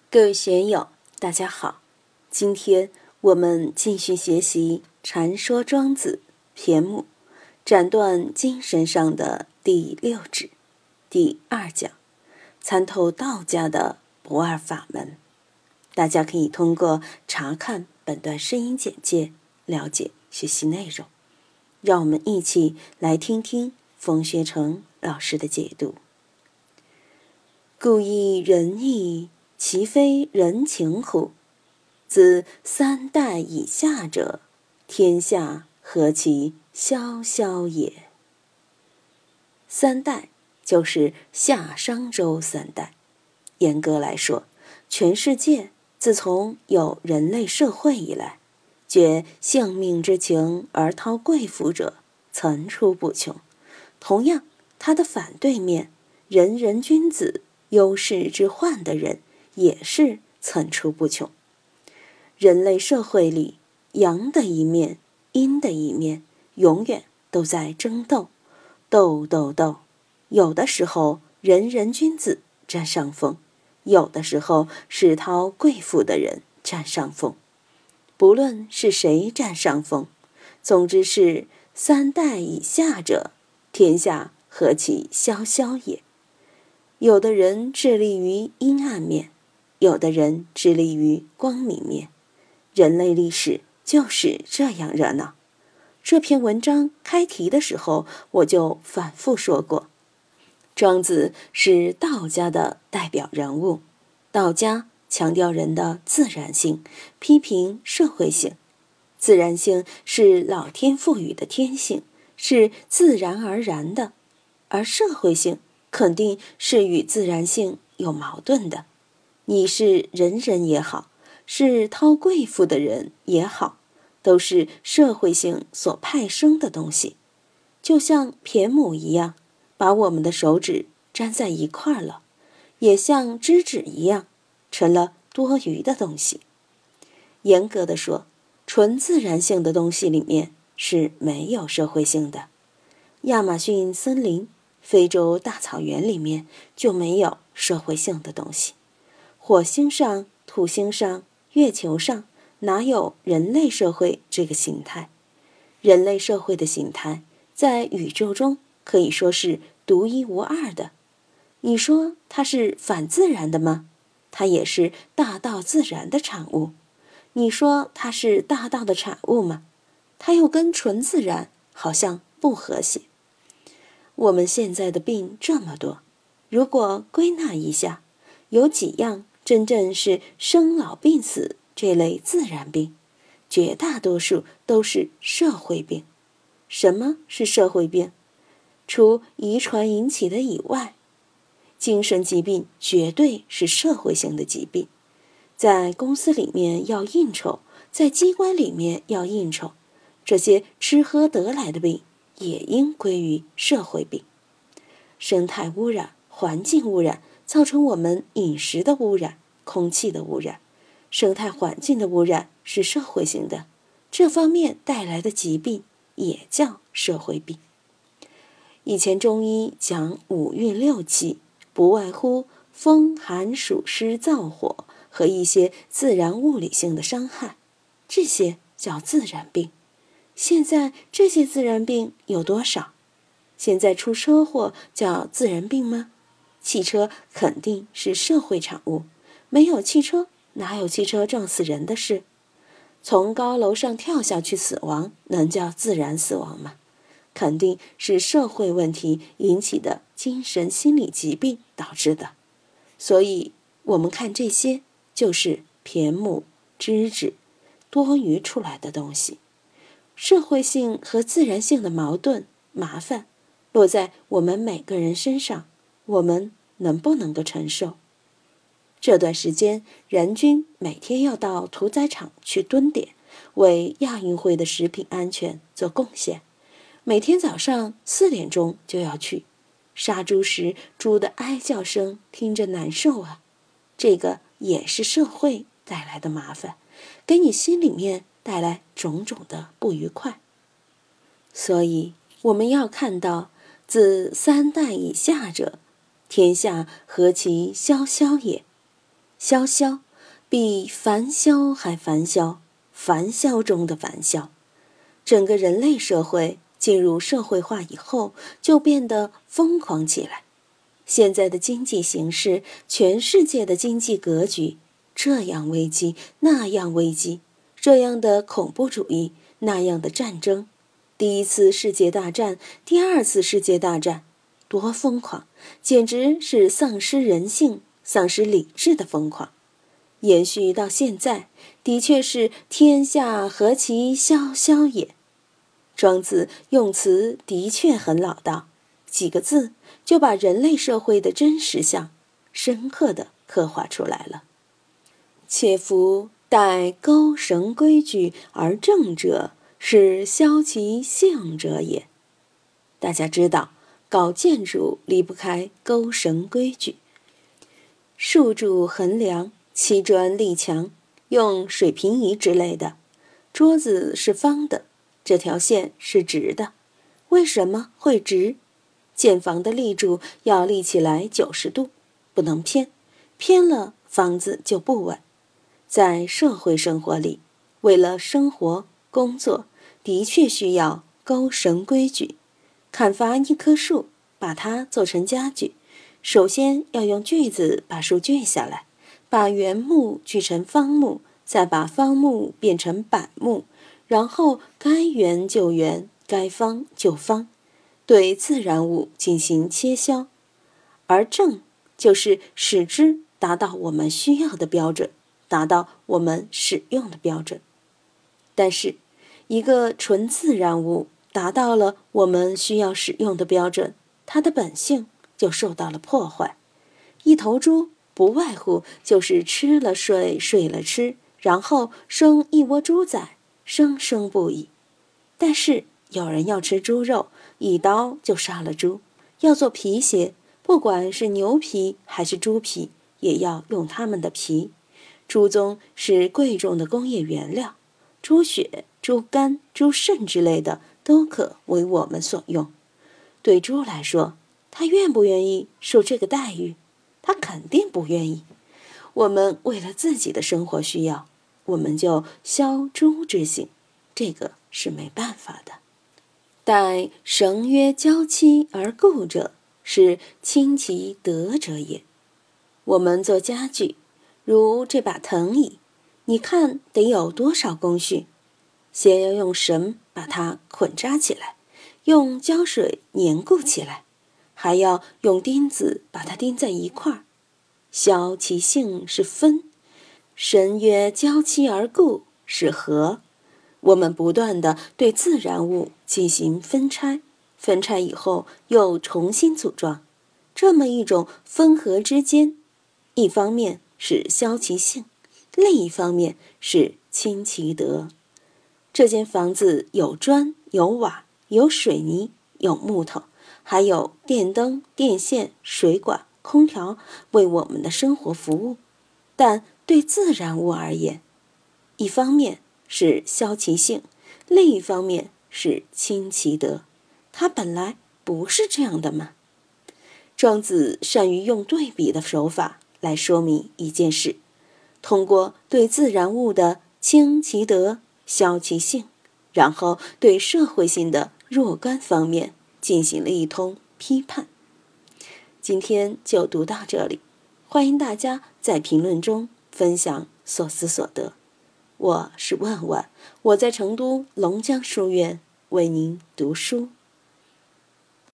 各位学友，大家好，今天我们继续学习《禅说庄子》骈母斩断精神上的第6旨第2讲，参透道家的不二法门。大家可以通过查看本段声音简介了解学习内容。让我们一起来听听冯学成老师的解读。故意仁义，其非人情乎？自3代以下者，天下何其萧萧也。3代就是夏商周3代。严格来说，全世界自从有人类社会以来，觉性命之情而掏贵妇者层出不穷。同样，它的反对面，人人君子优势之患的人也是层出不穷。人类社会里，阳的一面、阴的一面，永远都在争斗，斗。有的时候人人君子占上风，有的时候是掏贵妇的人占上风。不论是谁占上风，总之是3代以下者，天下何其萧萧也。有的人致力于阴暗面，有的人致力于光明面。人类历史就是这样热闹。这篇文章开题的时候，我就反复说过，庄子是道家的代表人物。道家强调人的自然性，批评社会性。自然性是老天赋予的天性，是自然而然的，而社会性肯定是与自然性有矛盾的。你是仁人也好，是掏贵妇的人也好，都是社会性所派生的东西。就像骈母一样，把我们的手指粘在一块了，也像脂质一样，成了多余的东西。严格的说，纯自然性的东西里面是没有社会性的。亚马逊森林、非洲大草原里面就没有社会性的东西。火星上、土星上、月球上哪有人类社会这个形态？人类社会的形态在宇宙中可以说是独一无二的。你说它是反自然的吗？它也是大道自然的产物。你说它是大道的产物吗？它又跟纯自然好像不和谐。我们现在的病这么多，如果归纳一下，有几样真正是生老病死这类自然病，绝大多数都是社会病。什么是社会病？除遗传引起的以外，精神疾病绝对是社会性的疾病。在公司里面要应酬，在机关里面要应酬，这些吃喝得来的病也应归于社会病。生态污染、环境污染造成我们饮食的污染、空气的污染。生态环境的污染是社会性的，这方面带来的疾病也叫社会病。以前中医讲5运6气，不外乎风寒暑湿燥火和一些自然物理性的伤害，这些叫自然病。现在这些自然病有多少？现在出车祸叫自然病吗？汽车肯定是社会产物，没有汽车哪有汽车撞死人的事？从高楼上跳下去死亡能叫自然死亡吗？肯定是社会问题引起的精神心理疾病导致的。所以我们看这些就是骈母、脂质多余出来的东西。社会性和自然性的矛盾麻烦落在我们每个人身上，我们能不能够承受？这段时间人均每天要到屠宰场去蹲点，为亚运会的食品安全做贡献。每天早上4点钟就要去，杀猪时猪的哀叫声听着难受啊。这个也是社会带来的麻烦，给你心里面带来种种的不愉快。所以我们要看到，自3代以下者，天下何其萧萧也。 萧萧，比繁嚣还繁嚣，繁嚣中的繁嚣。整个人类社会进入社会化以后，就变得疯狂起来。现在的经济形势，全世界的经济格局，这样危机，那样危机，这样的恐怖主义，那样的战争，第一次世界大战，第二次世界大战，多疯狂，简直是丧失人性、丧失理智的疯狂。延续到现在，的确是天下何其萧萧也。庄子用词的确很老道，几个字就把人类社会的真实相深刻地刻画出来了。且夫待钩绳规矩而正者，是消其性者也。大家知道，搞建筑离不开钩绳规矩，竖柱横梁，砌砖立墙，用水平仪之类的。桌子是方的，这条线是直的。为什么会直？建房的立柱要立起来90度，不能偏，偏了房子就不稳。在社会生活里，为了生活工作，的确需要钩绳规矩。砍伐一棵树，把它做成家具，首先要用锯子把树锯下来，把原木锯成方木，再把方木变成板木，然后该圆就圆，该方就方，对自然物进行切削。而正就是使之达到我们需要的标准，达到我们使用的标准。但是一个纯自然物达到了我们需要使用的标准，它的本性就受到了破坏。一头猪不外乎就是吃了睡，睡了吃，然后生一窝猪仔，生生不已。但是有人要吃猪肉，一刀就杀了猪，要做皮鞋，不管是牛皮还是猪皮，也要用它们的皮。猪鬃是贵重的工业原料，猪血、猪肝、猪肾之类的都可为我们所用。对猪来说，它愿不愿意受这个待遇？它肯定不愿意。我们为了自己的生活需要，我们就消猪之性，这个是没办法的。待绳约交期而固者，是亲其德者也。我们做家具，如这把藤椅，你看得有多少工序？先要用绳把它捆扎起来，用胶水粘固起来，还要用钉子把它钉在一块儿。消其性是分，绳约交期而固是合。我们不断地对自然物进行分拆，分拆以后又重新组装，这么一种分合之间，一方面是消其性，另一方面是亲其德。这间房子有砖，有瓦，有水泥，有木头，还有电灯、电线、水管、空调，为我们的生活服务。但对自然物而言，一方面是消其性，另一方面是亲其德。它本来不是这样的吗？庄子善于用对比的手法来说明一件事，通过对自然物的亲其德、消其性，然后对社会性的若干方面进行了一通批判。今天就读到这里，欢迎大家在评论中分享所思所得。我是万万，我在成都龙江书院为您读书。